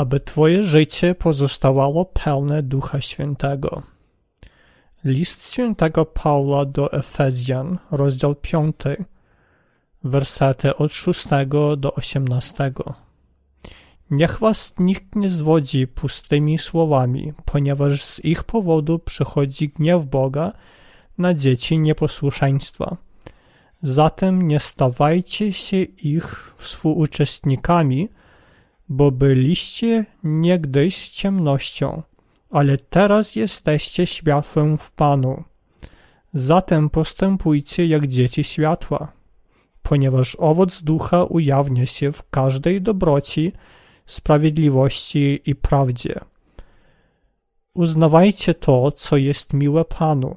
aby twoje życie pozostawało pełne Ducha Świętego. List świętego Pawła do Efezjan, rozdział 5, wersety od 6 do 18. Niech was nikt nie zwodzi pustymi słowami, ponieważ z ich powodu przychodzi gniew Boga na dzieci nieposłuszeństwa. Zatem nie stawajcie się ich współuczestnikami, bo byliście niegdyś z ciemnością, ale teraz jesteście światłem w Panu. Zatem postępujcie jak dzieci światła, ponieważ owoc ducha ujawnia się w każdej dobroci, sprawiedliwości i prawdzie. Uznawajcie to, co jest miłe Panu.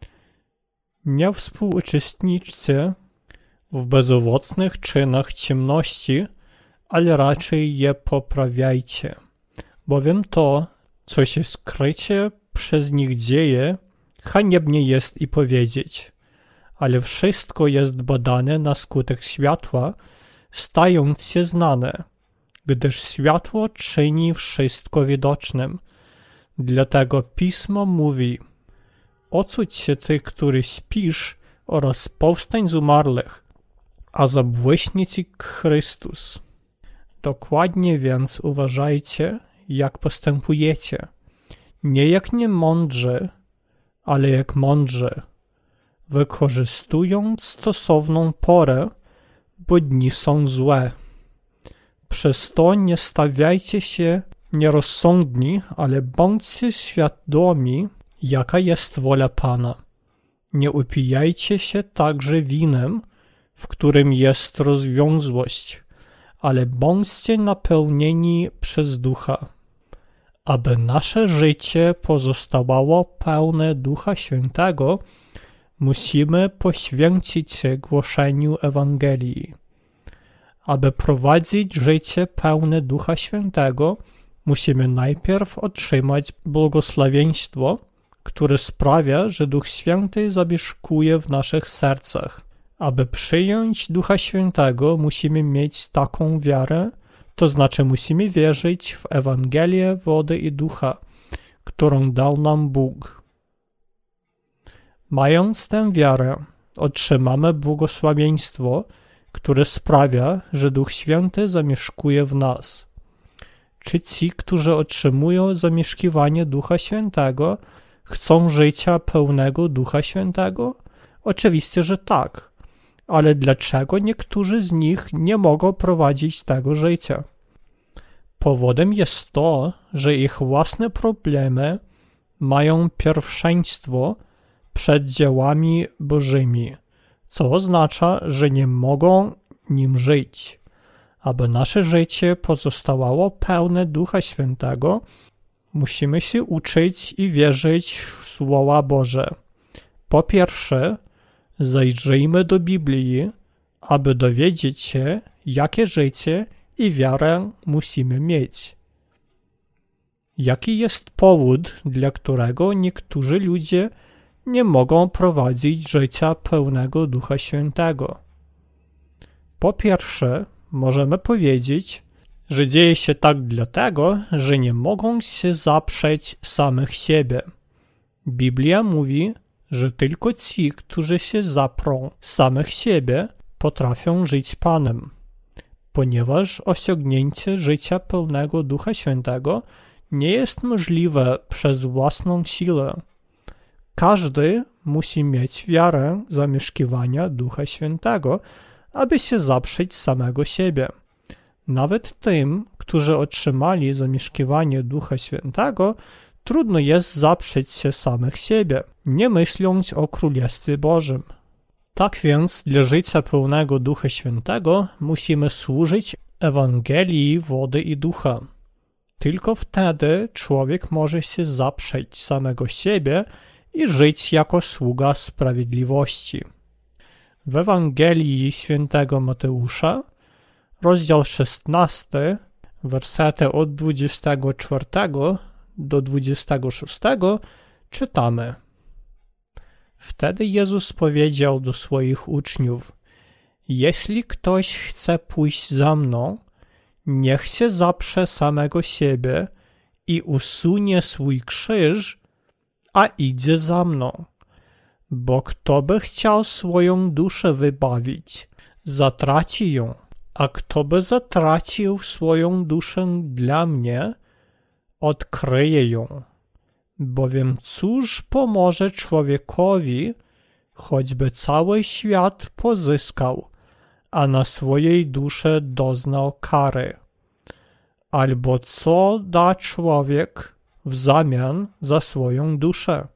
Nie współuczestniczcie w bezowocnych czynach ciemności, ale raczej je poprawiajcie, bowiem to, co się skrycie przez nich dzieje, haniebnie jest i powiedzieć, ale wszystko jest badane na skutek światła, stając się znane, gdyż światło czyni wszystko widocznym. Dlatego Pismo mówi: ocudź się ty, który śpisz, oraz powstań z umarłych, a zabłyśnie ci Chrystus. Dokładnie więc uważajcie, jak postępujecie, nie jak niemądrzy, ale jak mądrzy, wykorzystując stosowną porę, bo dni są złe. Przez to nie stawiajcie się nierozsądni, ale bądźcie świadomi, jaka jest wola Pana. Nie upijajcie się także winem, w którym jest rozwiązłość, ale bądźcie napełnieni przez Ducha, aby nasze życie pozostawało pełne Ducha Świętego. Musimy poświęcić się głoszeniu Ewangelii. Aby prowadzić życie pełne Ducha Świętego, musimy najpierw otrzymać błogosławieństwo, które sprawia, że Duch Święty zamieszkuje w naszych sercach. Aby przyjąć Ducha Świętego, musimy mieć taką wiarę, to znaczy musimy wierzyć w Ewangelię wody i ducha, którą dał nam Bóg. Mając tę wiarę, otrzymamy błogosławieństwo, które sprawia, że Duch Święty zamieszkuje w nas. Czy ci, którzy otrzymują zamieszkiwanie Ducha Świętego, chcą życia pełnego Ducha Świętego? Oczywiście, że tak. Ale dlaczego niektórzy z nich nie mogą prowadzić tego życia? Powodem jest to, że ich własne problemy mają pierwszeństwo przed dziełami Bożymi, co oznacza, że nie mogą nim żyć. Aby nasze życie pozostawało pełne Ducha Świętego, musimy się uczyć i wierzyć w Słowa Boże. Po pierwsze, zajrzyjmy do Biblii, aby dowiedzieć się, jakie życie i wiarę musimy mieć. Jaki jest powód, dla którego niektórzy ludzie nie mogą prowadzić życia pełnego Ducha Świętego? Po pierwsze, możemy powiedzieć, że dzieje się tak dlatego, że nie mogą się zaprzeć samych siebie. Biblia mówi, że tylko ci, którzy się zaprą samych siebie, potrafią żyć Panem, ponieważ osiągnięcie życia pełnego Ducha Świętego nie jest możliwe przez własną siłę. Każdy musi mieć wiarę zamieszkiwania Ducha Świętego, aby się zaprzeć samego siebie. Nawet tym, którzy otrzymali zamieszkiwanie Ducha Świętego, trudno jest zaprzeć się samych siebie, nie myśląc o Królestwie Bożym. Tak więc dla życia pełnego Ducha Świętego musimy służyć Ewangelii wody i ducha. Tylko wtedy człowiek może się zaprzeć samego siebie i żyć jako sługa sprawiedliwości. W Ewangelii świętego Mateusza, rozdział 16, wersety od 24 do 26 czytamy: Wtedy Jezus powiedział do swoich uczniów: Jeśli ktoś chce pójść za mną, Niech się zaprze samego siebie i usunie swój krzyż, a idzie za mną. Bo kto by chciał swoją duszę wybawić, zatraci ją, a kto by zatracił swoją duszę dla mnie, odkryje ją. Bowiem cóż pomoże człowiekowi, choćby cały świat pozyskał, a na swojej duszy doznał kary? Albo co da człowiek w zamian za swoją duszę?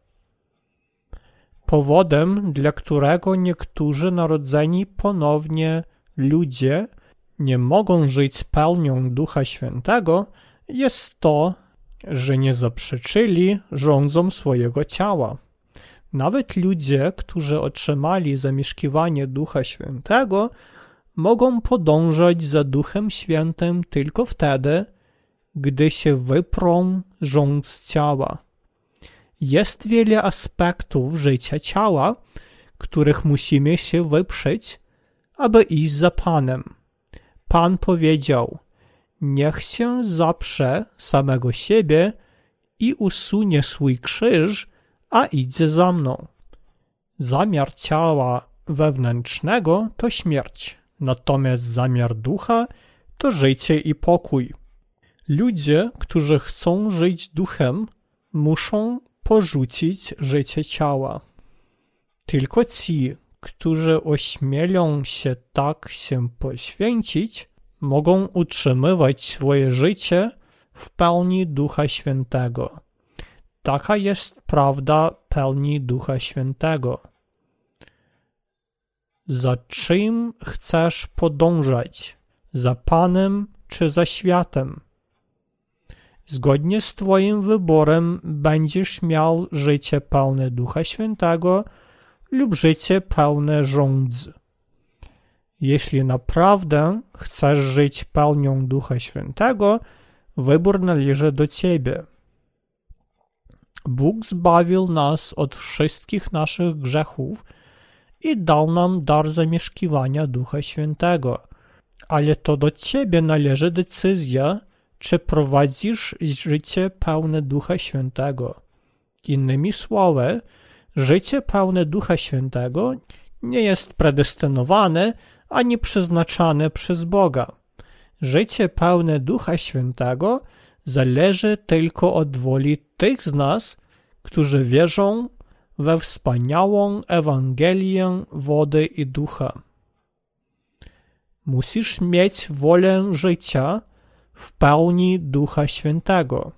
Powodem, dla którego niektórzy narodzeni ponownie ludzie nie mogą żyć pełnią Ducha Świętego, jest to, że nie zaprzeczyli rządzom swojego ciała. Nawet ludzie, którzy otrzymali zamieszkiwanie Ducha Świętego, mogą podążać za Duchem Świętym tylko wtedy, gdy się wyprą rządz ciała. Jest wiele aspektów życia ciała, których musimy się wyprzeć, aby iść za Panem. Pan powiedział: niech się zaprze samego siebie i usunie swój krzyż, a idzie za mną. Zamiar ciała wewnętrznego to śmierć, natomiast zamiar ducha to życie i pokój. Ludzie, którzy chcą żyć duchem, muszą porzucić życie ciała. Tylko ci, którzy ośmielą się tak się poświęcić, mogą utrzymywać swoje życie w pełni Ducha Świętego. Taka jest prawda pełni Ducha Świętego. Za czym chcesz podążać? Za Panem czy za światem? Zgodnie z Twoim wyborem będziesz miał życie pełne Ducha Świętego lub życie pełne żądzy. Jeśli naprawdę chcesz żyć pełnią Ducha Świętego, wybór należy do Ciebie. Bóg zbawił nas od wszystkich naszych grzechów i dał nam dar zamieszkiwania Ducha Świętego. Ale to do Ciebie należy decyzja, czy prowadzisz życie pełne Ducha Świętego. Innymi słowy, życie pełne Ducha Świętego nie jest predestynowane ani przeznaczane przez Boga. Życie pełne Ducha Świętego zależy tylko od woli tych z nas, którzy wierzą we wspaniałą Ewangelię wody i ducha. Musisz mieć wolę życia w pełni Ducha Świętego.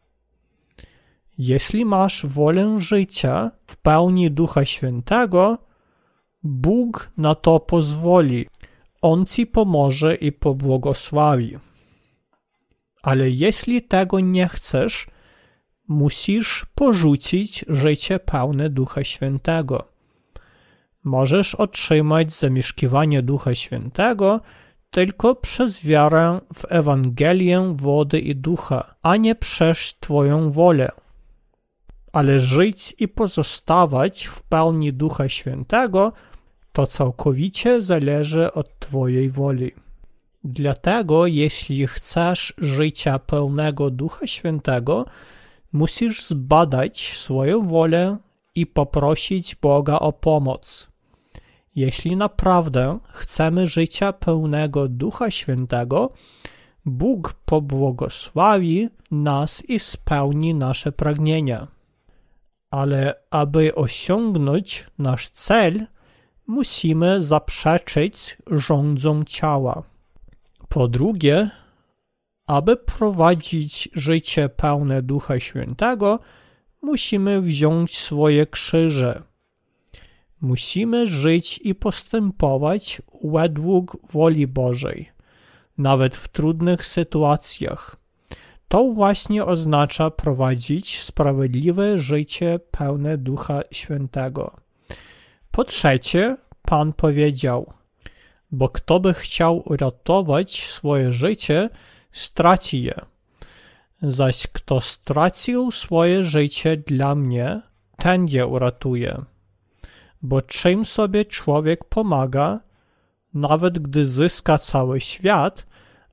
Jeśli masz wolę życia w pełni Ducha Świętego, Bóg na to pozwoli. On ci pomoże i pobłogosławi. Ale jeśli tego nie chcesz, musisz porzucić życie pełne Ducha Świętego. Możesz otrzymać zamieszkiwanie Ducha Świętego tylko przez wiarę w Ewangelię wody i ducha, a nie przez Twoją wolę. Ale żyć i pozostawać w pełni Ducha Świętego to całkowicie zależy od Twojej woli. Dlatego, jeśli chcesz życia pełnego Ducha Świętego, musisz zbadać swoją wolę i poprosić Boga o pomoc. Jeśli naprawdę chcemy życia pełnego Ducha Świętego, Bóg pobłogosławi nas i spełni nasze pragnienia. Ale aby osiągnąć nasz cel, musimy zaprzeczyć rządzom ciała. Po drugie, aby prowadzić życie pełne Ducha Świętego, musimy wziąć swoje krzyże. Musimy żyć i postępować według woli Bożej, nawet w trudnych sytuacjach. To właśnie oznacza prowadzić sprawiedliwe życie pełne Ducha Świętego. Po trzecie, Pan powiedział: bo kto by chciał uratować swoje życie, straci je. Zaś kto stracił swoje życie dla mnie, ten je uratuje. Bo czym sobie człowiek pomaga, nawet gdy zyska cały świat,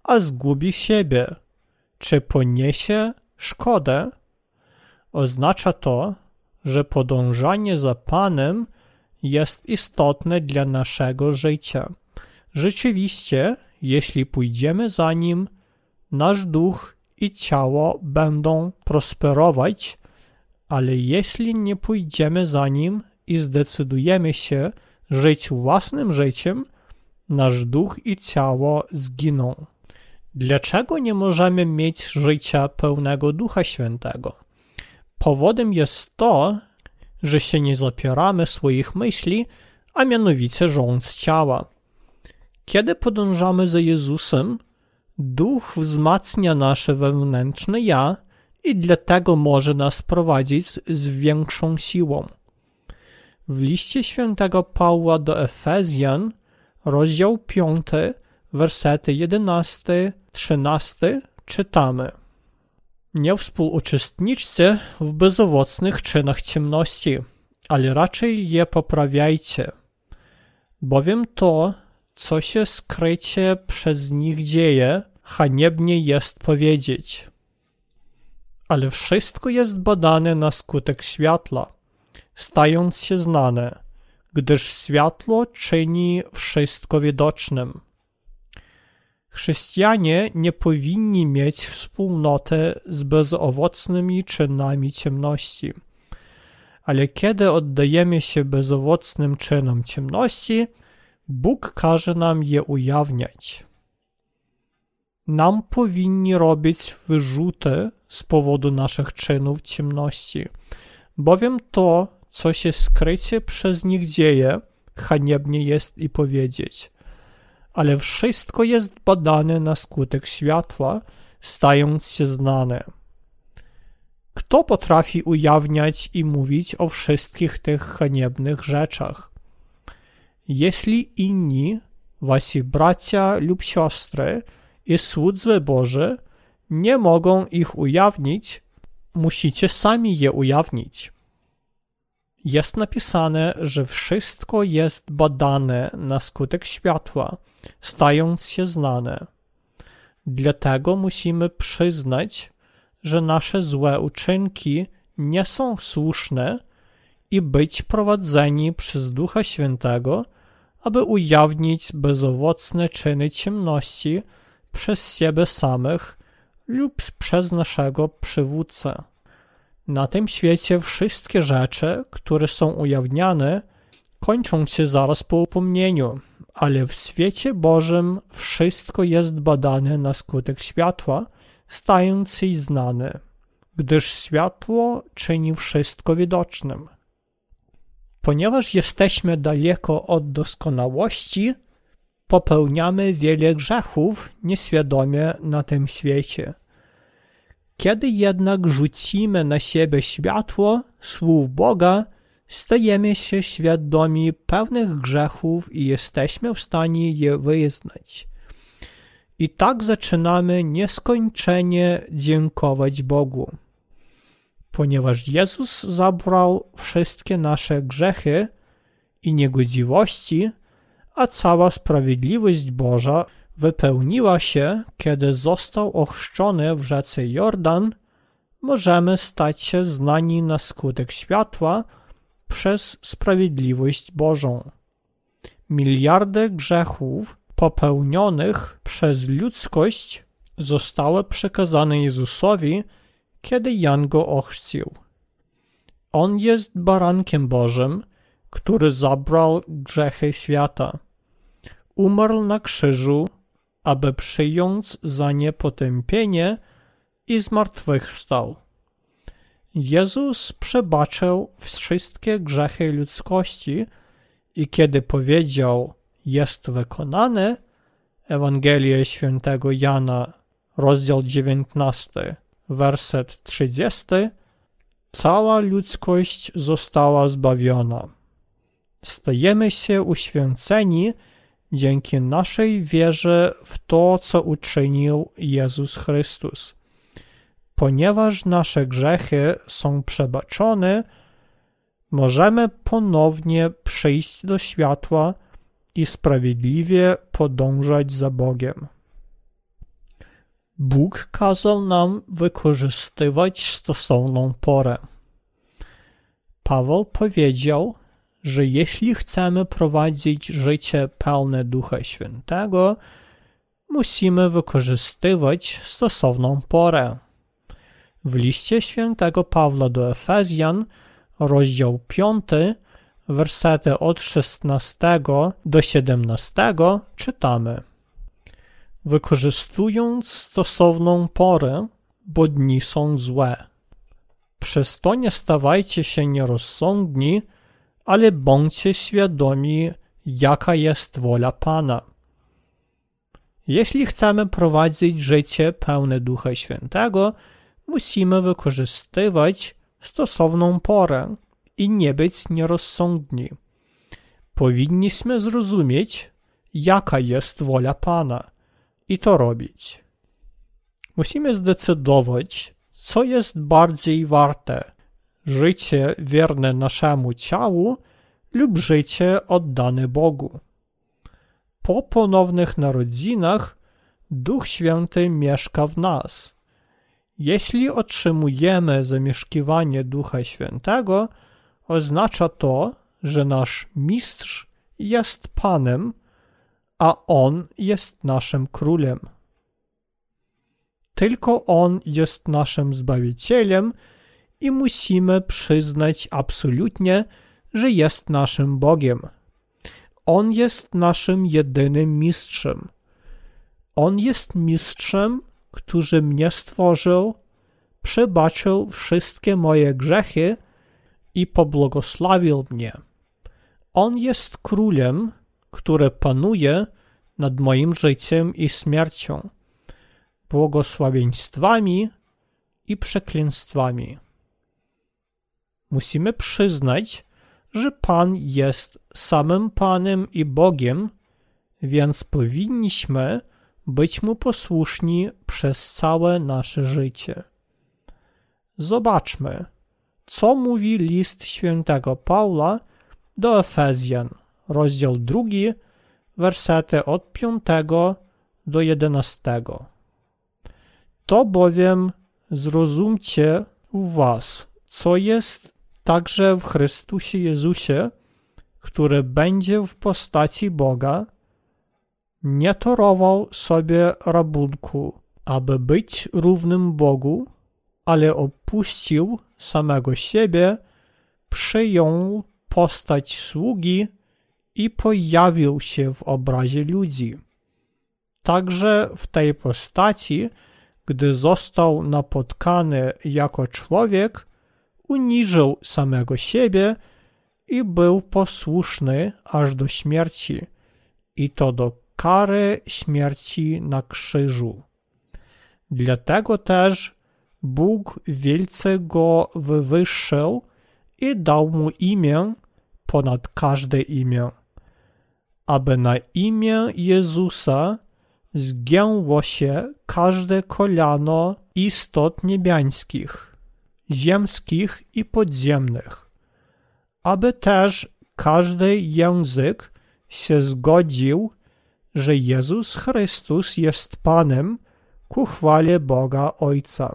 a zgubi siebie, czy poniesie szkodę, oznacza to, że podążanie za Panem jest istotne dla naszego życia. Rzeczywiście, jeśli pójdziemy za Nim, nasz duch i ciało będą prosperować, ale jeśli nie pójdziemy za Nim i zdecydujemy się żyć własnym życiem, nasz duch i ciało zginą. Dlaczego nie możemy mieć życia pełnego Ducha Świętego? Powodem jest to, że się nie zapieramy swoich myśli, a mianowicie rządz ciała. Kiedy podążamy za Jezusem, Duch wzmacnia nasze wewnętrzne ja i dlatego może nas prowadzić z większą siłą. W liście świętego Pawła do Efezjan, rozdział 5, wersety 11-13 czytamy: Nie współuczestniczcie w bezowocnych czynach ciemności, ale raczej je poprawiajcie, bowiem to, co się skrycie przez nich dzieje, haniebnie jest powiedzieć. Ale wszystko jest badane na skutek światła, stając się znane, gdyż światło czyni wszystko widocznym. Chrześcijanie nie powinni mieć wspólnoty z bezowocnymi czynami ciemności, ale kiedy oddajemy się bezowocnym czynom ciemności, Bóg każe nam je ujawniać. Nam powinni robić wyrzuty z powodu naszych czynów ciemności, bowiem to, co się skrycie przez nich dzieje, haniebnie jest i powiedzieć. Ale wszystko jest badane na skutek światła, stając się znane. Kto potrafi ujawniać i mówić o wszystkich tych haniebnych rzeczach? Jeśli inni, wasi bracia lub siostry i słudzy Boży nie mogą ich ujawnić, musicie sami je ujawnić. Jest napisane, że wszystko jest badane na skutek światła, stając się znane. Dlatego musimy przyznać, że nasze złe uczynki nie są słuszne i być prowadzeni przez Ducha Świętego, aby ujawnić bezowocne czyny ciemności przez siebie samych lub przez naszego przywódcę. Na tym świecie wszystkie rzeczy, które są ujawniane, kończą się zaraz po upomnieniu, ale w świecie Bożym wszystko jest badane na skutek światła, stając się znane, gdyż światło czyni wszystko widocznym. Ponieważ jesteśmy daleko od doskonałości, popełniamy wiele grzechów nieświadomie na tym świecie. Kiedy jednak rzucimy na siebie światło słów Boga, stajemy się świadomi pewnych grzechów i jesteśmy w stanie je wyznać. I tak zaczynamy nieskończenie dziękować Bogu. Ponieważ Jezus zabrał wszystkie nasze grzechy i niegodziwości, a cała sprawiedliwość Boża wypełniła się, kiedy został ochrzczony w rzece Jordan, możemy stać się znani na skutek światła przez sprawiedliwość Bożą. Miliardy grzechów popełnionych przez ludzkość zostały przekazane Jezusowi, kiedy Jan go ochrzcił. On jest barankiem Bożym, który zabrał grzechy świata. Umarł na krzyżu, aby przyjąć za nie potępienie i zmartwychwstał. Jezus przebaczył wszystkie grzechy ludzkości i kiedy powiedział: jest wykonane, Ewangelia Świętego Jana, rozdział 19, werset 30, cała ludzkość została zbawiona. Stajemy się uświęceni dzięki naszej wierze w to, co uczynił Jezus Chrystus. Ponieważ nasze grzechy są przebaczone, możemy ponownie przyjść do światła i sprawiedliwie podążać za Bogiem. Bóg kazał nam wykorzystywać stosowną porę. Paweł powiedział, że jeśli chcemy prowadzić życie pełne Ducha Świętego, musimy wykorzystywać stosowną porę. W liście świętego Pawła do Efezjan, rozdział 5, wersety od 16 do 17 czytamy: wykorzystując stosowną porę, bo dni są złe. Przez to nie stawajcie się nierozsądni, ale bądźcie świadomi, jaka jest wola Pana. Jeśli chcemy prowadzić życie pełne Ducha Świętego, musimy wykorzystywać stosowną porę i nie być nierozsądni. Powinniśmy zrozumieć, jaka jest wola Pana i to robić. Musimy zdecydować, co jest bardziej warte: życie wierne naszemu ciału lub życie oddane Bogu. Po ponownych narodzinach Duch Święty mieszka w nas. Jeśli otrzymujemy zamieszkiwanie Ducha Świętego, oznacza to, że nasz Mistrz jest Panem, a On jest naszym Królem. Tylko On jest naszym Zbawicielem i musimy przyznać absolutnie, że jest naszym Bogiem. On jest naszym jedynym mistrzem. On jest mistrzem, który mnie stworzył, przebaczył wszystkie moje grzechy i pobłogosławił mnie. On jest królem, który panuje nad moim życiem i śmiercią, błogosławieństwami i przekleństwami. Musimy przyznać, że Pan jest samym Panem i Bogiem, więc powinniśmy być Mu posłuszni przez całe nasze życie. Zobaczmy, co mówi list świętego Pawła do Efezjan, rozdział 2, wersety od 5 do 11. To bowiem zrozumcie u was, co jest także w Chrystusie Jezusie, który będzie w postaci Boga, nie torował sobie rabunku, aby być równym Bogu, ale opuścił samego siebie, przyjął postać sługi i pojawił się w obrazie ludzi. Także w tej postaci, gdy został napotkany jako człowiek, uniżył samego siebie i był posłuszny aż do śmierci, i to do kary śmierci na krzyżu. Dlatego też Bóg wielce go wywyższył i dał mu imię ponad każde imię, aby na imię Jezusa zgięło się każde kolano istot niebiańskich, ziemskich i podziemnych, aby też każdy język się zgodził, że Jezus Chrystus jest Panem ku chwale Boga Ojca.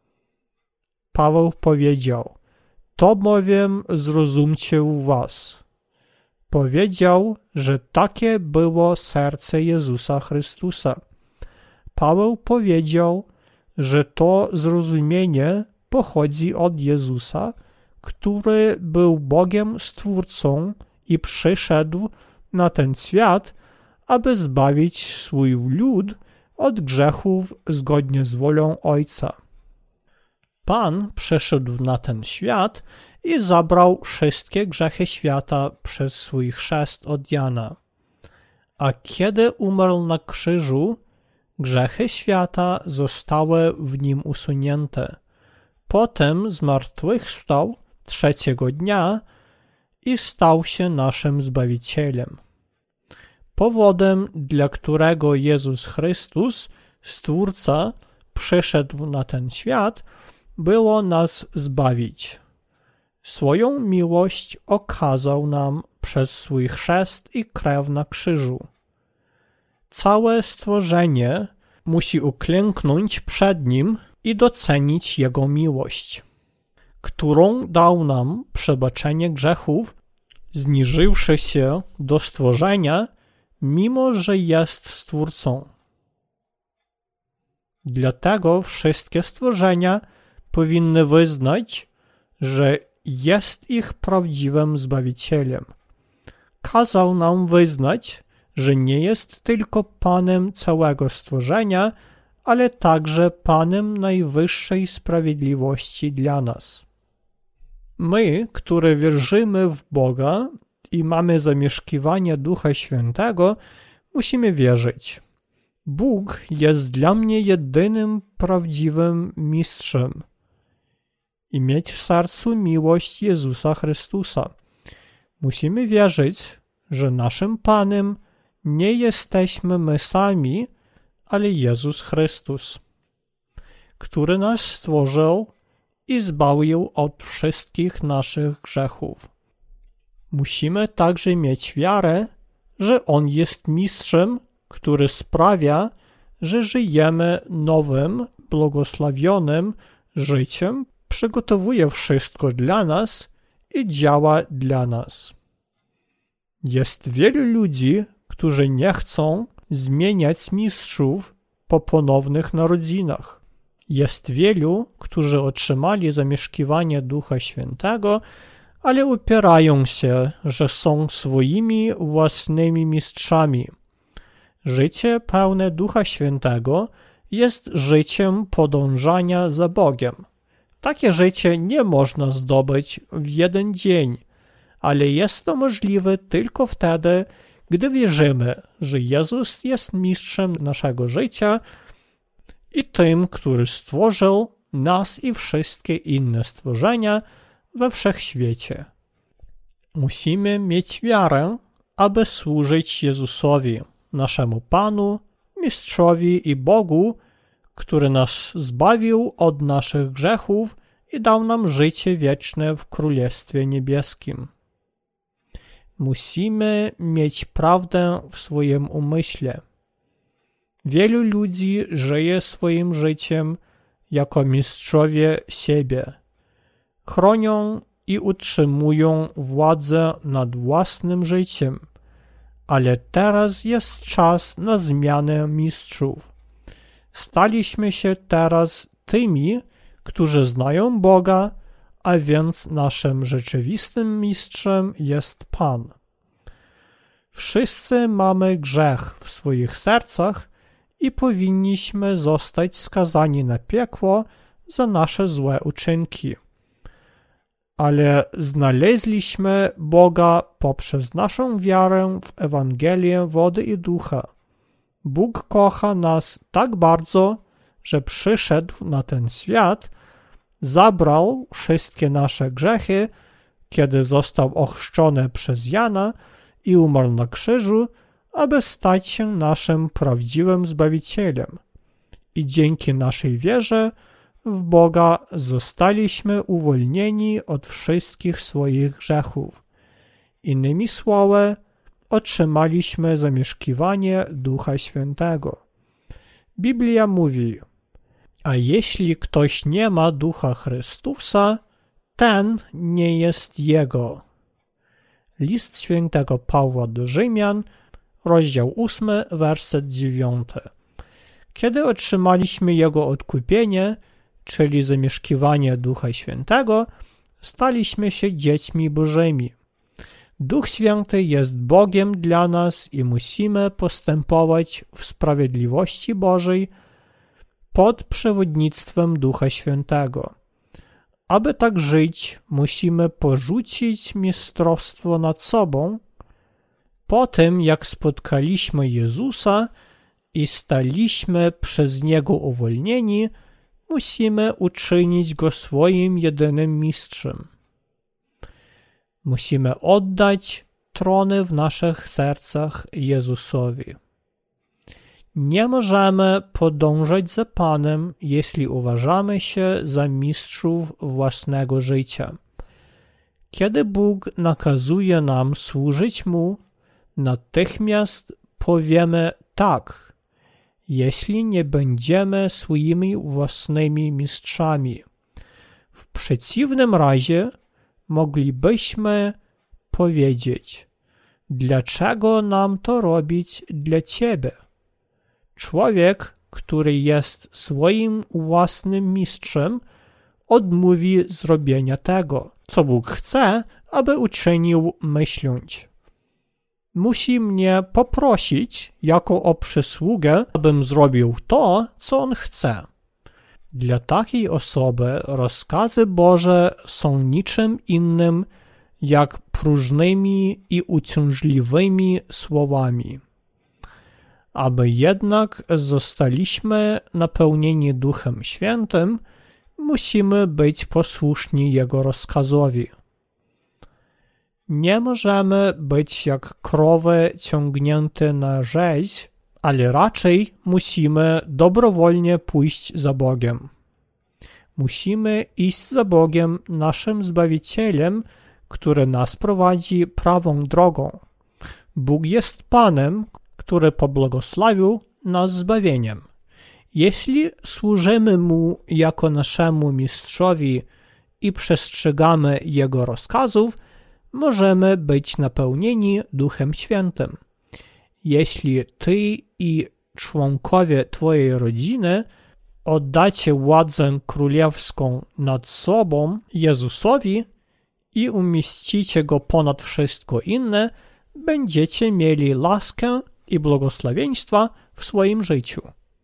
Paweł powiedział: to bowiem zrozumcie u was. Powiedział, że takie było serce Jezusa Chrystusa. Paweł powiedział, że to zrozumienie pochodzi od Jezusa, który był Bogiem Stwórcą i przyszedł na ten świat, aby zbawić swój lud od grzechów zgodnie z wolą Ojca. Pan przyszedł na ten świat i zabrał wszystkie grzechy świata przez swój chrzest od Jana. A kiedy umarł na krzyżu, grzechy świata zostały w nim usunięte. Potem zmartwychwstał 3. dnia i stał się naszym Zbawicielem. Powodem, dla którego Jezus Chrystus, Stwórca, przyszedł na ten świat, było nas zbawić. Swoją miłość okazał nam przez swój chrzest i krew na krzyżu. Całe stworzenie musi uklęknąć przed Nim i docenić Jego miłość, którą dał nam przebaczenie grzechów, zniżywszy się do stworzenia, mimo że jest Stwórcą. Dlatego wszystkie stworzenia powinny wyznać, że jest ich prawdziwym Zbawicielem. Kazał nam wyznać, że nie jest tylko Panem całego stworzenia, ale także Panem najwyższej sprawiedliwości dla nas. My, które wierzymy w Boga i mamy zamieszkiwanie Ducha Świętego, musimy wierzyć. Bóg jest dla mnie jedynym prawdziwym mistrzem i mieć w sercu miłość Jezusa Chrystusa. Musimy wierzyć, że naszym Panem nie jesteśmy my sami, ale Jezus Chrystus, który nas stworzył i zbawił od wszystkich naszych grzechów. Musimy także mieć wiarę, że On jest mistrzem, który sprawia, że żyjemy nowym, błogosławionym życiem, przygotowuje wszystko dla nas i działa dla nas. Jest wielu ludzi, którzy nie chcą zmieniać mistrzów po ponownych narodzinach. Jest wielu, którzy otrzymali zamieszkiwanie Ducha Świętego, ale upierają się, że są swoimi własnymi mistrzami. Życie pełne Ducha Świętego jest życiem podążania za Bogiem. Takie życie nie można zdobyć w jeden dzień, ale jest to możliwe tylko wtedy, gdy wierzymy, że Jezus jest mistrzem naszego życia i tym, który stworzył nas i wszystkie inne stworzenia we wszechświecie. Musimy mieć wiarę, aby służyć Jezusowi, naszemu Panu, Mistrzowi i Bogu, który nas zbawił od naszych grzechów i dał nam życie wieczne w Królestwie Niebieskim. Musimy mieć prawdę w swoim umyśle. Wielu ludzi żyje swoim życiem jako mistrzowie siebie. Chronią i utrzymują władzę nad własnym życiem, ale teraz jest czas na zmianę mistrzów. Staliśmy się teraz tymi, którzy znają Boga, a więc naszym rzeczywistym mistrzem jest Pan. Wszyscy mamy grzech w swoich sercach i powinniśmy zostać skazani na piekło za nasze złe uczynki. Ale znaleźliśmy Boga poprzez naszą wiarę w Ewangelię wody i ducha. Bóg kocha nas tak bardzo, że przyszedł na ten świat, zabrał wszystkie nasze grzechy, kiedy został ochrzczony przez Jana i umarł na krzyżu, aby stać się naszym prawdziwym Zbawicielem. I dzięki naszej wierze w Boga zostaliśmy uwolnieni od wszystkich swoich grzechów. Innymi słowy, otrzymaliśmy zamieszkiwanie Ducha Świętego. Biblia mówi: a jeśli ktoś nie ma Ducha Chrystusa, ten nie jest Jego. List świętego Pawła do Rzymian, rozdział 8, werset 9. Kiedy otrzymaliśmy Jego odkupienie, czyli zamieszkiwanie Ducha Świętego, staliśmy się dziećmi Bożymi. Duch Święty jest Bogiem dla nas i musimy postępować w sprawiedliwości Bożej pod przewodnictwem Ducha Świętego. Aby tak żyć, musimy porzucić mistrzostwo nad sobą. Po tym, jak spotkaliśmy Jezusa i staliśmy przez Niego uwolnieni, musimy uczynić Go swoim jedynym mistrzem. Musimy oddać trony w naszych sercach Jezusowi. Nie możemy podążać za Panem, jeśli uważamy się za mistrzów własnego życia. Kiedy Bóg nakazuje nam służyć Mu, natychmiast powiemy tak. jeśli nie będziemy swoimi własnymi mistrzami. W przeciwnym razie moglibyśmy powiedzieć: dlaczego nam to robić dla Ciebie? Człowiek, który jest swoim własnym mistrzem, odmówi zrobienia tego, co Bóg chce, aby uczynił, myśląc: musi mnie poprosić jako o przysługę, abym zrobił to, co on chce. Dla takiej osoby rozkazy Boże są niczym innym jak próżnymi i uciążliwymi słowami. Aby jednak zostaliśmy napełnieni Duchem Świętym, musimy być posłuszni Jego rozkazowi. Nie możemy być jak krowy ciągnięte na rzeź, ale raczej musimy dobrowolnie pójść za Bogiem. Musimy iść za Bogiem, naszym Zbawicielem, który nas prowadzi prawą drogą. Bóg jest Panem, który pobłogosławił nas zbawieniem. Jeśli służymy Mu jako naszemu mistrzowi i przestrzegamy Jego rozkazów, możemy być napełnieni Duchem Świętym. Jeśli Ty i członkowie Twojej rodziny oddacie władzę królewską nad sobą Jezusowi i umieścicie Go ponad wszystko inne, będziecie mieli laskę i błogosławieństwa w swoim życiu.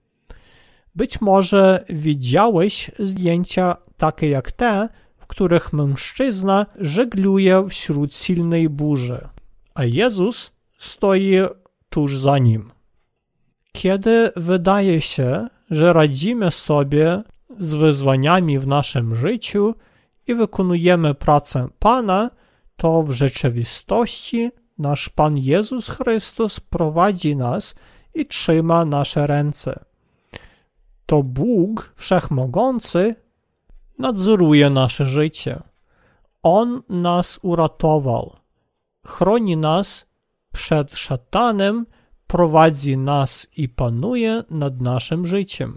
Być może widziałeś zdjęcia takie jak te, w których mężczyzna żegluje wśród silnej burzy, a Jezus stoi tuż za nim. Kiedy wydaje się, że radzimy sobie z wyzwaniami w naszym życiu i wykonujemy pracę Pana, to w rzeczywistości nasz Pan Jezus Chrystus prowadzi nas i trzyma nasze ręce. To Bóg Wszechmogący nadzoruje nasze życie. On nas uratował, chroni nas przed szatanem, prowadzi nas i panuje nad naszym życiem.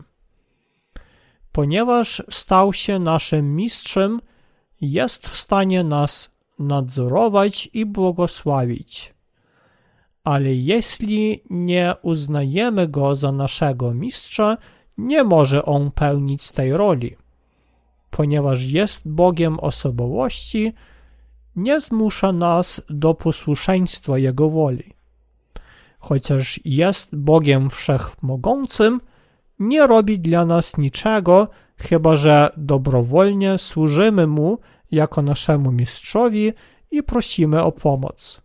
Ponieważ stał się naszym mistrzem, jest w stanie nas nadzorować i błogosławić. Ale jeśli nie uznajemy Go za naszego mistrza, nie może On pełnić tej roli. Ponieważ jest Bogiem osobowości, nie zmusza nas do posłuszeństwa Jego woli. Chociaż jest Bogiem Wszechmogącym, nie robi dla nas niczego, chyba że dobrowolnie służymy Mu jako naszemu mistrzowi i prosimy o pomoc.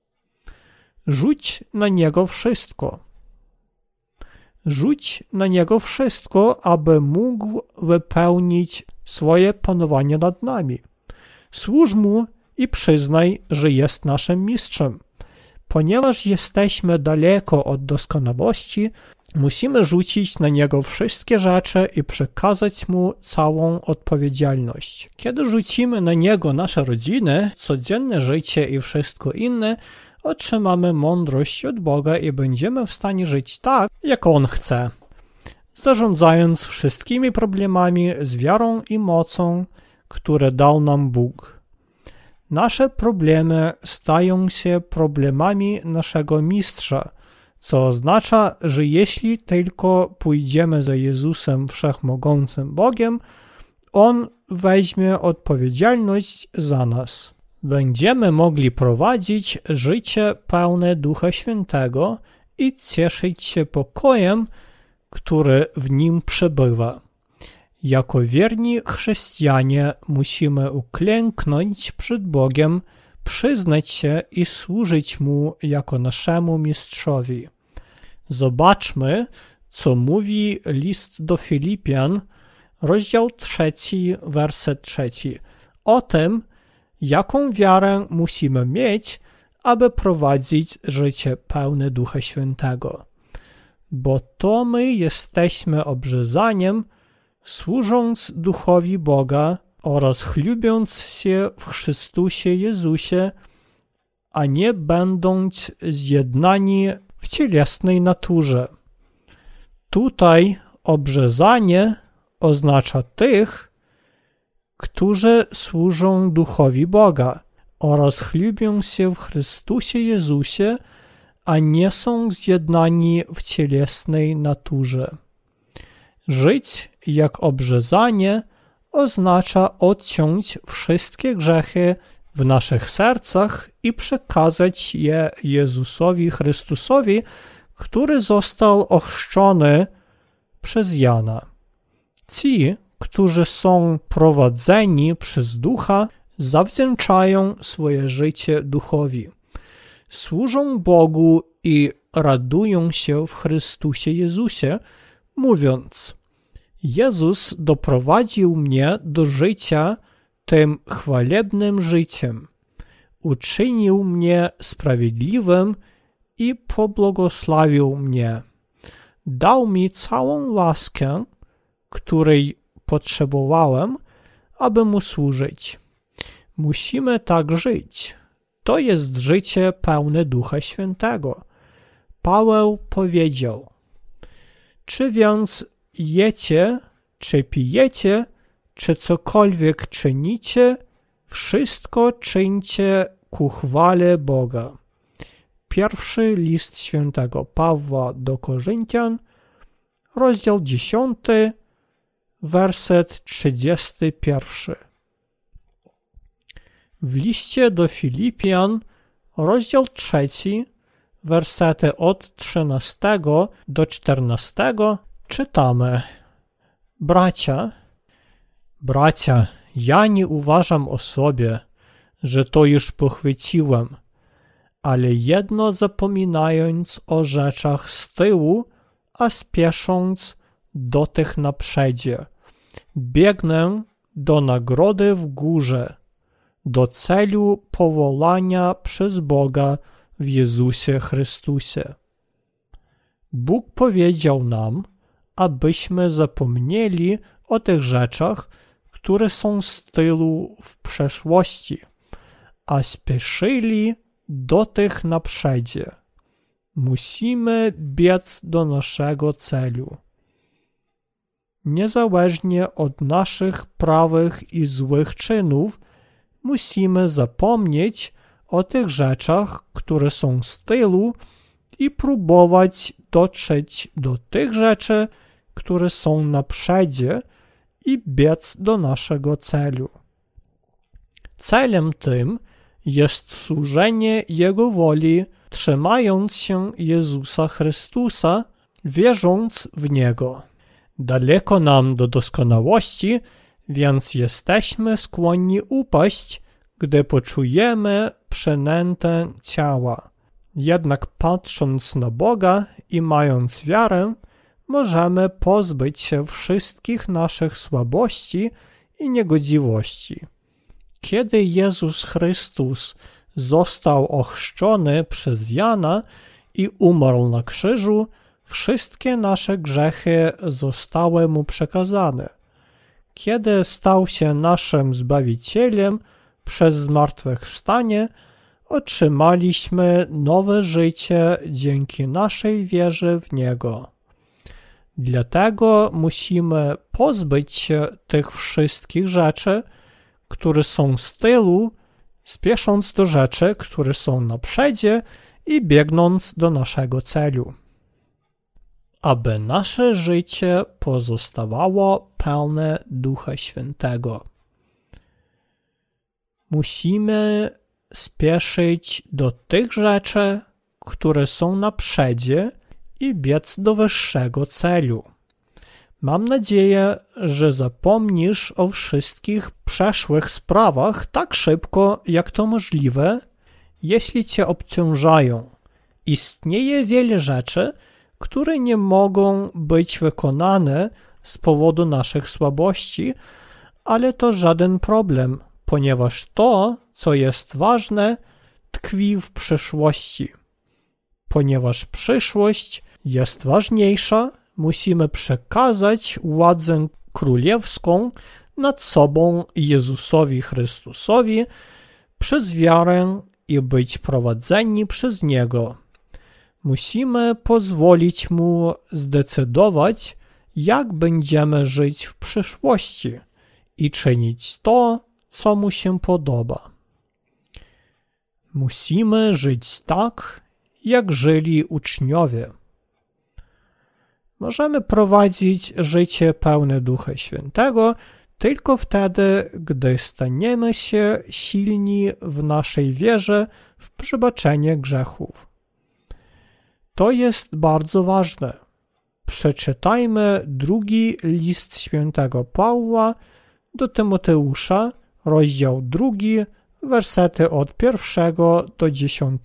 Rzuć na Niego wszystko. Rzuć na Niego wszystko, aby mógł wypełnić swoje panowanie nad nami. Służ Mu i przyznaj, że jest naszym mistrzem. Ponieważ jesteśmy daleko od doskonałości, musimy rzucić na Niego wszystkie rzeczy i przekazać Mu całą odpowiedzialność. Kiedy rzucimy na Niego nasze rodziny, codzienne życie i wszystko inne, otrzymamy mądrość od Boga i będziemy w stanie żyć tak, jak On chce, zarządzając wszystkimi problemami z wiarą i mocą, które dał nam Bóg. Nasze problemy stają się problemami naszego Mistrza, co oznacza, że jeśli tylko pójdziemy za Jezusem Wszechmogącym Bogiem, On weźmie odpowiedzialność za nas. Będziemy mogli prowadzić życie pełne Ducha Świętego i cieszyć się pokojem, który w nim przebywa. Jako wierni chrześcijanie musimy uklęknąć przed Bogiem, przyznać się i służyć Mu jako naszemu mistrzowi. Zobaczmy, co mówi list do Filipian, rozdział 3, werset 3, o tym, jaką wiarę musimy mieć, aby prowadzić życie pełne Ducha Świętego. Bo to my jesteśmy obrzezaniem, służąc Duchowi Boga oraz chlubiąc się w Chrystusie Jezusie, a nie będąc zjednani w cielesnej naturze. Tutaj obrzezanie oznacza tych, którzy służą Duchowi Boga oraz chlubią się w Chrystusie Jezusie, a nie są zjednani w cielesnej naturze. Żyć jak obrzezanie oznacza odciąć wszystkie grzechy w naszych sercach i przekazać je Jezusowi Chrystusowi, który został ochrzczony przez Jana. Ci, którzy są prowadzeni przez Ducha, zawdzięczają swoje życie Duchowi. Służą Bogu i radują się w Chrystusie Jezusie, mówiąc: Jezus doprowadził mnie do życia tym chwalebnym życiem, uczynił mnie sprawiedliwym i pobłogosławił mnie. Dał mi całą łaskę, której potrzebowałem, aby Mu służyć. Musimy tak żyć. To jest życie pełne Ducha Świętego. Paweł powiedział: czy więc jecie, czy pijecie, czy cokolwiek czynicie, wszystko czyńcie ku chwale Boga. Pierwszy list świętego Pawła do Koryntian, rozdział 10, werset 31. W liście do Filipian, rozdział 3, wersety od 13 do 14 czytamy: Bracia, ja nie uważam o sobie, że to już pochwyciłem, ale jedno zapominając o rzeczach z tyłu, a spiesząc do tych naprzedzie, biegnę do nagrody w górze, do celu powołania przez Boga w Jezusie Chrystusie. Bóg powiedział nam, abyśmy zapomnieli o tych rzeczach, które są z tyłu w przeszłości, a spieszyli do tych naprzedzie. Musimy biec do naszego celu. Niezależnie od naszych prawych i złych czynów, musimy zapomnieć o tych rzeczach, które są z tyłu i próbować dotrzeć do tych rzeczy, które są na przodzie i biec do naszego celu. Celem tym jest służenie Jego woli, trzymając się Jezusa Chrystusa, wierząc w Niego. Daleko nam do doskonałości, więc jesteśmy skłonni upaść, gdy poczujemy przynętę ciała. Jednak patrząc na Boga i mając wiarę, możemy pozbyć się wszystkich naszych słabości i niegodziwości. Kiedy Jezus Chrystus został ochrzczony przez Jana i umarł na krzyżu, wszystkie nasze grzechy zostały Mu przekazane. Kiedy stał się naszym Zbawicielem przez zmartwychwstanie, otrzymaliśmy nowe życie dzięki naszej wierze w Niego. Dlatego musimy pozbyć się tych wszystkich rzeczy, które są z tyłu, spiesząc do rzeczy, które są na przodzie i biegnąc do naszego celu. Aby nasze życie pozostawało pełne Ducha Świętego, musimy spieszyć do tych rzeczy, które są na przodzie i biec do wyższego celu. Mam nadzieję, że zapomnisz o wszystkich przeszłych sprawach tak szybko, jak to możliwe, jeśli cię obciążają. Istnieje wiele rzeczy, które nie mogą być wykonane z powodu naszych słabości, ale to żaden problem, ponieważ to, co jest ważne, tkwi w przyszłości. Ponieważ przyszłość jest ważniejsza, musimy przekazać władzę królewską nad sobą Jezusowi Chrystusowi przez wiarę i być prowadzeni przez Niego. Musimy pozwolić Mu zdecydować, jak będziemy żyć w przyszłości i czynić to, co Mu się podoba. Musimy żyć tak, jak żyli uczniowie. Możemy prowadzić życie pełne Ducha Świętego tylko wtedy, gdy staniemy się silni w naszej wierze w przebaczenie grzechów. To jest bardzo ważne. Przeczytajmy drugi list świętego Pawła do Tymoteusza, rozdział 2, wersety od 1 do 10.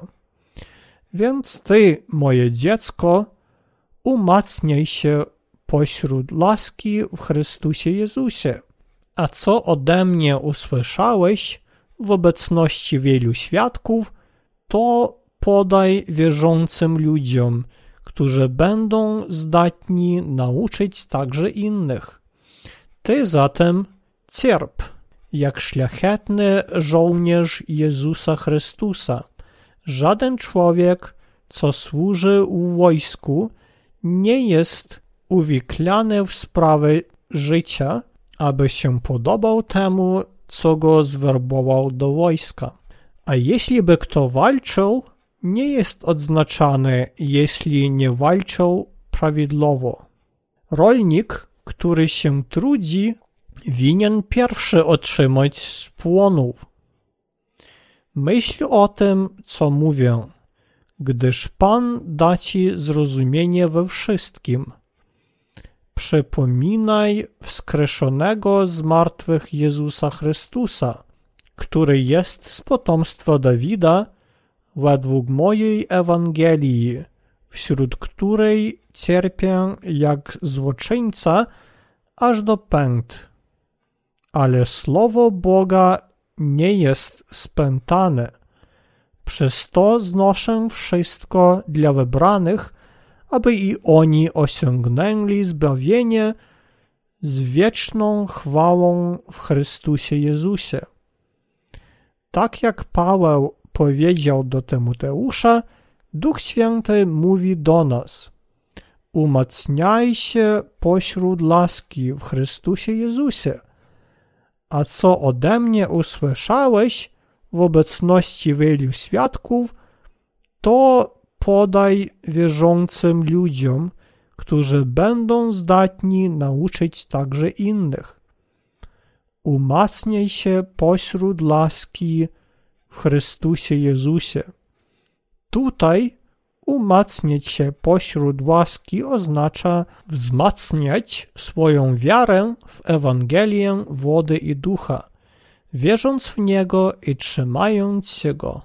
Więc ty, moje dziecko, umacniaj się pośród łaski w Chrystusie Jezusie. A co ode mnie usłyszałeś w obecności wielu świadków, to podaj wierzącym ludziom, którzy będą zdatni nauczyć także innych. Ty zatem cierp, jak szlachetny żołnierz Jezusa Chrystusa. Żaden człowiek, co służy w wojsku, nie jest uwikłany w sprawy życia, aby się podobał temu, co go zwerbował do wojska. A jeśli by kto walczył, nie jest odznaczany, jeśli nie walczył prawidłowo. Rolnik, który się trudzi, winien pierwszy otrzymać z płonów. Myśl o tym, co mówię, gdyż Pan da ci zrozumienie we wszystkim. Przypominaj wskrzeszonego z martwych Jezusa Chrystusa, który jest z potomstwa Dawida, według mojej Ewangelii, wśród której cierpię jak złoczyńca aż do pęd. Ale słowo Boga nie jest spętane. Przez to znoszę wszystko dla wybranych, aby i oni osiągnęli zbawienie z wieczną chwałą w Chrystusie Jezusie. Tak jak Paweł powiedział do Tymoteusza, Duch Święty mówi do nas: umacniaj się pośród łaski w Chrystusie Jezusie. A co ode mnie usłyszałeś w obecności wielu świadków, to podaj wierzącym ludziom, którzy będą zdatni nauczyć także innych. Umacniaj się pośród łaski w Chrystusie Jezusie. Tutaj umacniać się pośród łaski oznacza wzmacniać swoją wiarę w Ewangelię wody i ducha, wierząc w Niego i trzymając się Go.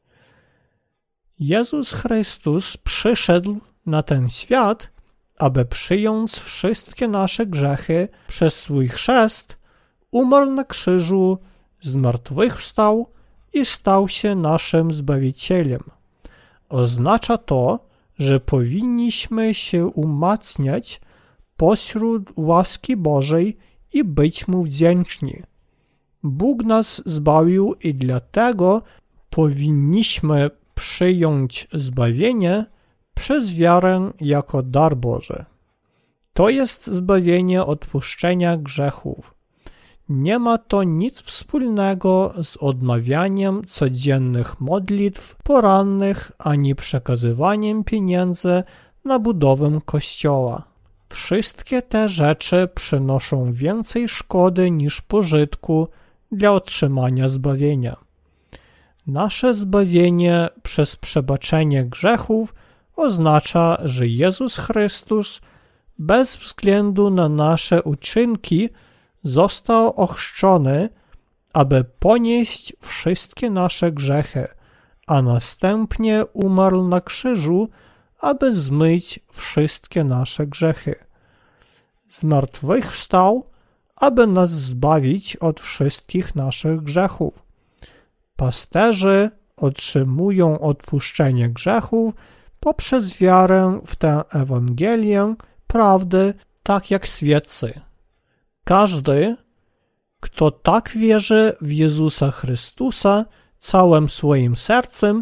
Jezus Chrystus przyszedł na ten świat, aby przyjąć wszystkie nasze grzechy przez swój chrzest, umarł na krzyżu, zmartwychwstał i stał się naszym Zbawicielem. Oznacza to, że powinniśmy się umacniać pośród łaski Bożej i być Mu wdzięczni. Bóg nas zbawił i dlatego powinniśmy przyjąć zbawienie przez wiarę jako dar Boży. To jest zbawienie odpuszczenia grzechów. Nie ma to nic wspólnego z odmawianiem codziennych modlitw porannych ani przekazywaniem pieniędzy na budowę kościoła. Wszystkie te rzeczy przynoszą więcej szkody niż pożytku dla otrzymania zbawienia. Nasze zbawienie przez przebaczenie grzechów oznacza, że Jezus Chrystus bez względu na nasze uczynki został ochrzczony, aby ponieść wszystkie nasze grzechy, a następnie umarł na krzyżu, aby zmyć wszystkie nasze grzechy. Zmartwychwstał, aby nas zbawić od wszystkich naszych grzechów. Pasterze otrzymują odpuszczenie grzechów poprzez wiarę w tę Ewangelię prawdy, tak jak świeccy. Każdy, kto tak wierzy w Jezusa Chrystusa całym swoim sercem,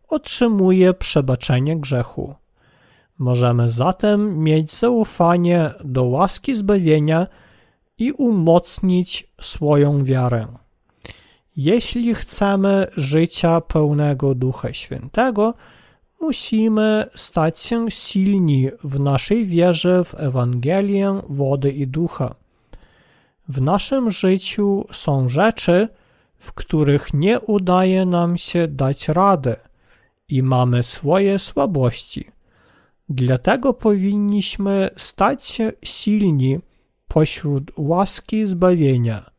otrzymuje przebaczenie grzechu. Możemy zatem mieć zaufanie do łaski zbawienia i umocnić swoją wiarę. Jeśli chcemy życia pełnego Ducha Świętego, musimy stać się silni w naszej wierze w Ewangelię wody i ducha. W naszym życiu są rzeczy, w których nie udaje nam się dać rady i mamy swoje słabości. Dlatego powinniśmy stać się silni pośród łaski zbawienia.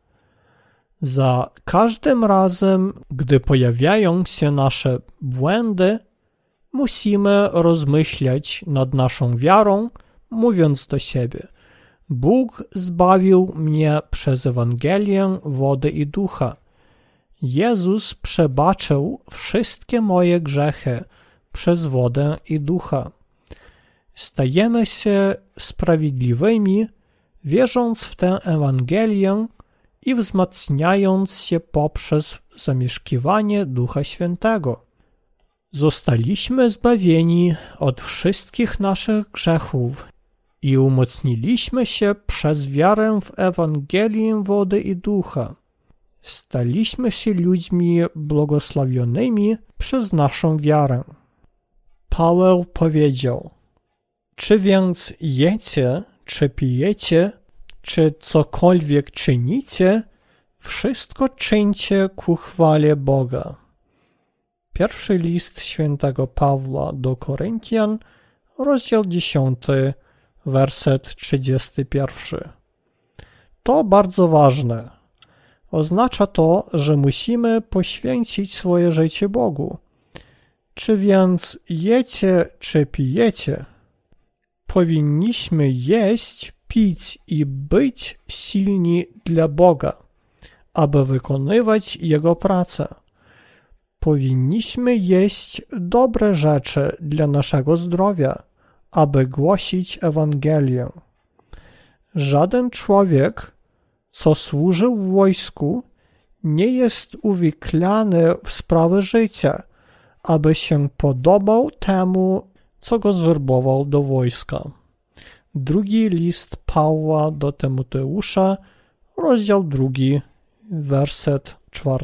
Za każdym razem, gdy pojawiają się nasze błędy, musimy rozmyślać nad naszą wiarą, mówiąc do siebie: Bóg zbawił mnie przez Ewangelię wody i ducha. Jezus przebaczył wszystkie moje grzechy przez wodę i ducha. Stajemy się sprawiedliwymi, wierząc w tę Ewangelię i wzmacniając się poprzez zamieszkiwanie Ducha Świętego. Zostaliśmy zbawieni od wszystkich naszych grzechów i umocniliśmy się przez wiarę w Ewangelię wody i ducha. Staliśmy się ludźmi błogosławionymi przez naszą wiarę. Paweł powiedział: czy więc jecie, czy pijecie, czy cokolwiek czynicie, wszystko czyńcie ku chwale Boga. Pierwszy list świętego Pawła do Koryntian, rozdział 10, werset 31. To bardzo ważne. Oznacza to, że musimy poświęcić swoje życie Bogu. Czy więc jecie, czy pijecie? Powinniśmy jeść, pić i być silni dla Boga, aby wykonywać Jego pracę. Powinniśmy jeść dobre rzeczy dla naszego zdrowia, aby głosić Ewangelię. Żaden człowiek, co służył w wojsku, nie jest uwikłany w sprawy życia, aby się podobał temu, co go zwerbował do wojska. Drugi list Pawła do Tymoteusza, rozdział 2, werset 4.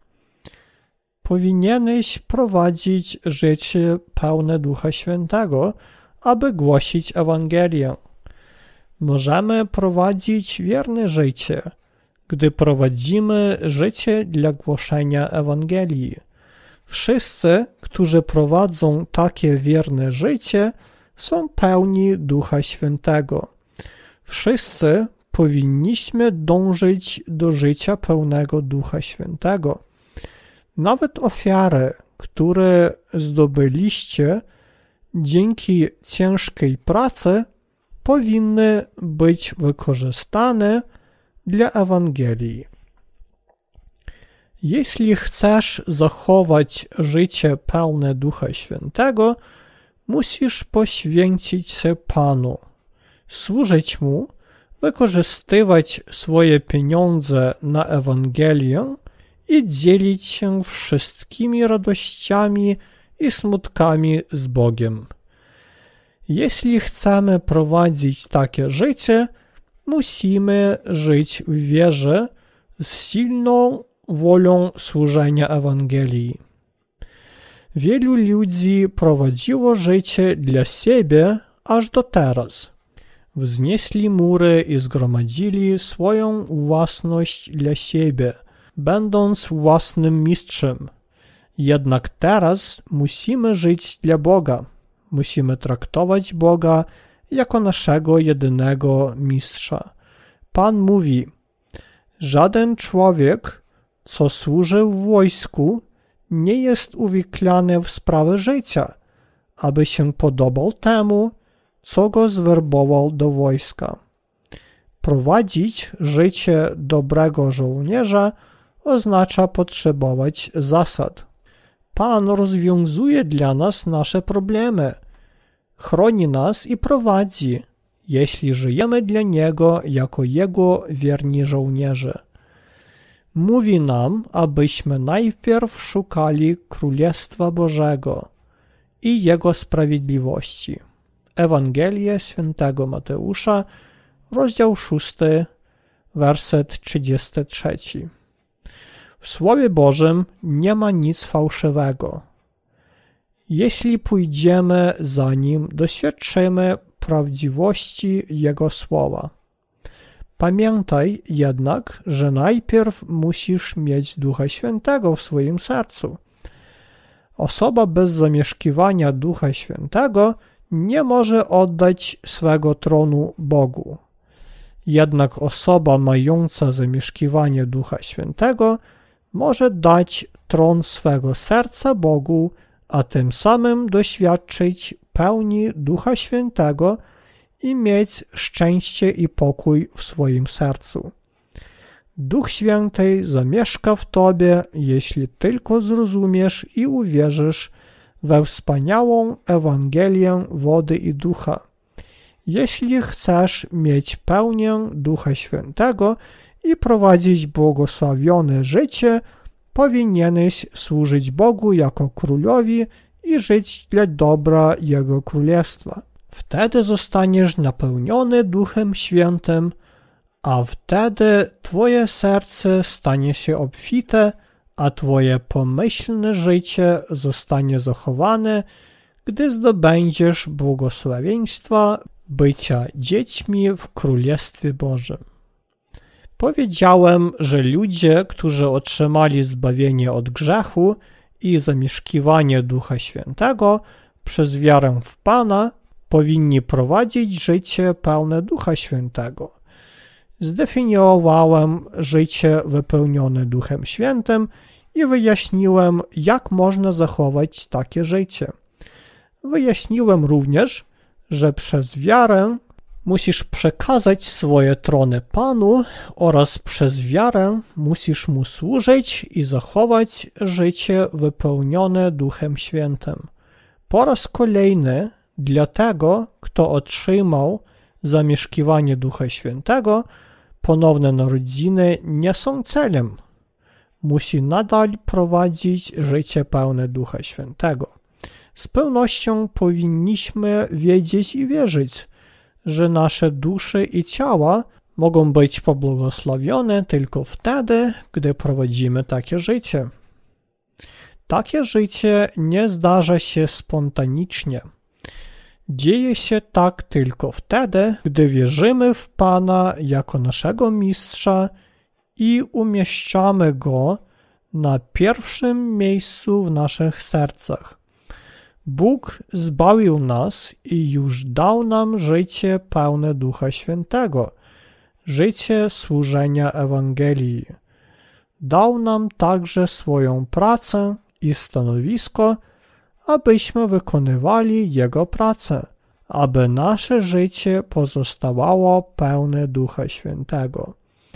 Powinieneś prowadzić życie pełne Ducha Świętego, aby głosić Ewangelię. Możemy prowadzić wierne życie, gdy prowadzimy życie dla głoszenia Ewangelii. Wszyscy, którzy prowadzą takie wierne życie, są pełni Ducha Świętego. Wszyscy powinniśmy dążyć do życia pełnego Ducha Świętego. Nawet ofiary, które zdobyliście dzięki ciężkiej pracy, powinny być wykorzystane dla Ewangelii. Jeśli chcesz zachować życie pełne Ducha Świętego, musisz poświęcić się Panu, służyć Mu, wykorzystywać swoje pieniądze na Ewangelię i dzielić się wszystkimi radościami i smutkami z Bogiem. Jeśli chcemy prowadzić takie życie, musimy żyć w wierze z silną wolą służenia Ewangelii. Wielu ludzi prowadziło życie dla siebie aż do teraz. Wznieśli mury i zgromadzili swoją własność dla siebie, będąc własnym mistrzem. Jednak teraz musimy żyć dla Boga. Musimy traktować Boga jako naszego jedynego mistrza. Pan mówi: żaden człowiek, co służył w wojsku, nie jest uwikłany w sprawy życia, aby się podobał temu, co go zwerbował do wojska. Prowadzić życie dobrego żołnierza oznacza potrzebować zasad. Pan rozwiązuje dla nas nasze problemy, chroni nas i prowadzi, jeśli żyjemy dla Niego jako Jego wierni żołnierze. mówi nam, abyśmy najpierw szukali Królestwa Bożego i Jego sprawiedliwości. Ewangelia Świętego Mateusza, rozdział 6, werset 33. W Słowie Bożym nie ma nic fałszywego. Jeśli pójdziemy za Nim, doświadczymy prawdziwości Jego Słowa. Pamiętaj jednak, że najpierw musisz mieć Ducha Świętego w swoim sercu. Osoba bez zamieszkiwania Ducha Świętego nie może oddać swego tronu Bogu. Jednak osoba mająca zamieszkiwanie Ducha Świętego może dać tron swego serca Bogu, a tym samym doświadczyć pełni Ducha Świętego i mieć szczęście i pokój w swoim sercu. Duch Święty zamieszka w tobie, jeśli tylko zrozumiesz i uwierzysz we wspaniałą Ewangelię wody i ducha. Jeśli chcesz mieć pełnię Ducha Świętego i prowadzić błogosławione życie, powinieneś służyć Bogu jako Królowi i żyć dla dobra Jego Królestwa. Wtedy zostaniesz napełniony Duchem Świętym, a wtedy twoje serce stanie się obfite, a twoje pomyślne życie zostanie zachowane, gdy zdobędziesz błogosławieństwa bycia dziećmi w Królestwie Bożym. Powiedziałem, że ludzie, którzy otrzymali zbawienie od grzechu i zamieszkiwanie Ducha Świętego przez wiarę w Pana, powinni prowadzić życie pełne Ducha Świętego. Zdefiniowałem życie wypełnione Duchem Świętym i wyjaśniłem, jak można zachować takie życie. Wyjaśniłem również, że przez wiarę musisz przekazać swoje trony Panu oraz przez wiarę musisz Mu służyć i zachować życie wypełnione Duchem Świętym. Po raz kolejny dla tego, kto otrzymał zamieszkiwanie Ducha Świętego, ponowne narodziny nie są celem. Musi nadal prowadzić życie pełne Ducha Świętego. Z pewnością powinniśmy wiedzieć i wierzyć, że nasze dusze i ciała mogą być pobłogosławione tylko wtedy, gdy prowadzimy takie życie. Takie życie nie zdarza się spontanicznie. Dzieje się tak tylko wtedy, gdy wierzymy w Pana jako naszego Mistrza i umieszczamy Go na pierwszym miejscu w naszych sercach. Bóg zbawił nas i już dał nam życie pełne Ducha Świętego, życie służenia Ewangelii. Dał nam także swoją pracę i stanowisko, abyśmy wykonywali Jego pracę, aby nasze życie pozostawało pełne Ducha Świętego.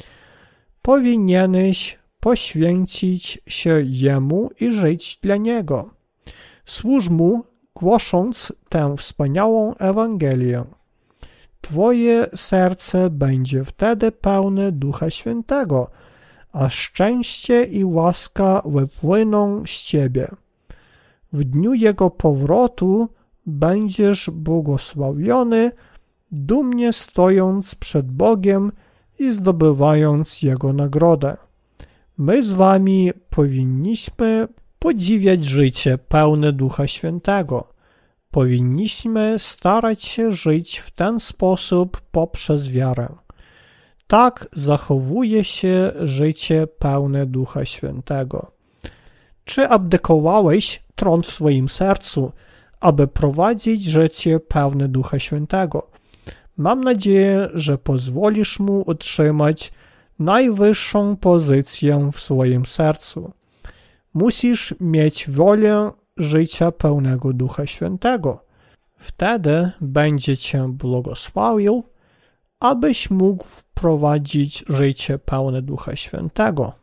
Powinieneś poświęcić się Jemu i żyć dla Niego. Służ Mu, głosząc tę wspaniałą Ewangelię. Twoje serce będzie wtedy pełne Ducha Świętego, a szczęście i łaska wypłyną z Ciebie. W dniu Jego powrotu będziesz błogosławiony, dumnie stojąc przed Bogiem i zdobywając Jego nagrodę. My z wami powinniśmy podziwiać życie pełne Ducha Świętego. Powinniśmy starać się żyć w ten sposób poprzez wiarę. Tak zachowuje się życie pełne Ducha Świętego. Czy abdykowałeś tron w swoim sercu, aby prowadzić życie pełne Ducha Świętego? Mam nadzieję, że pozwolisz Mu utrzymać najwyższą pozycję w swoim sercu. Musisz mieć wolę życia pełnego Ducha Świętego. Wtedy będzie Cię błogosławił, abyś mógł prowadzić życie pełne Ducha Świętego.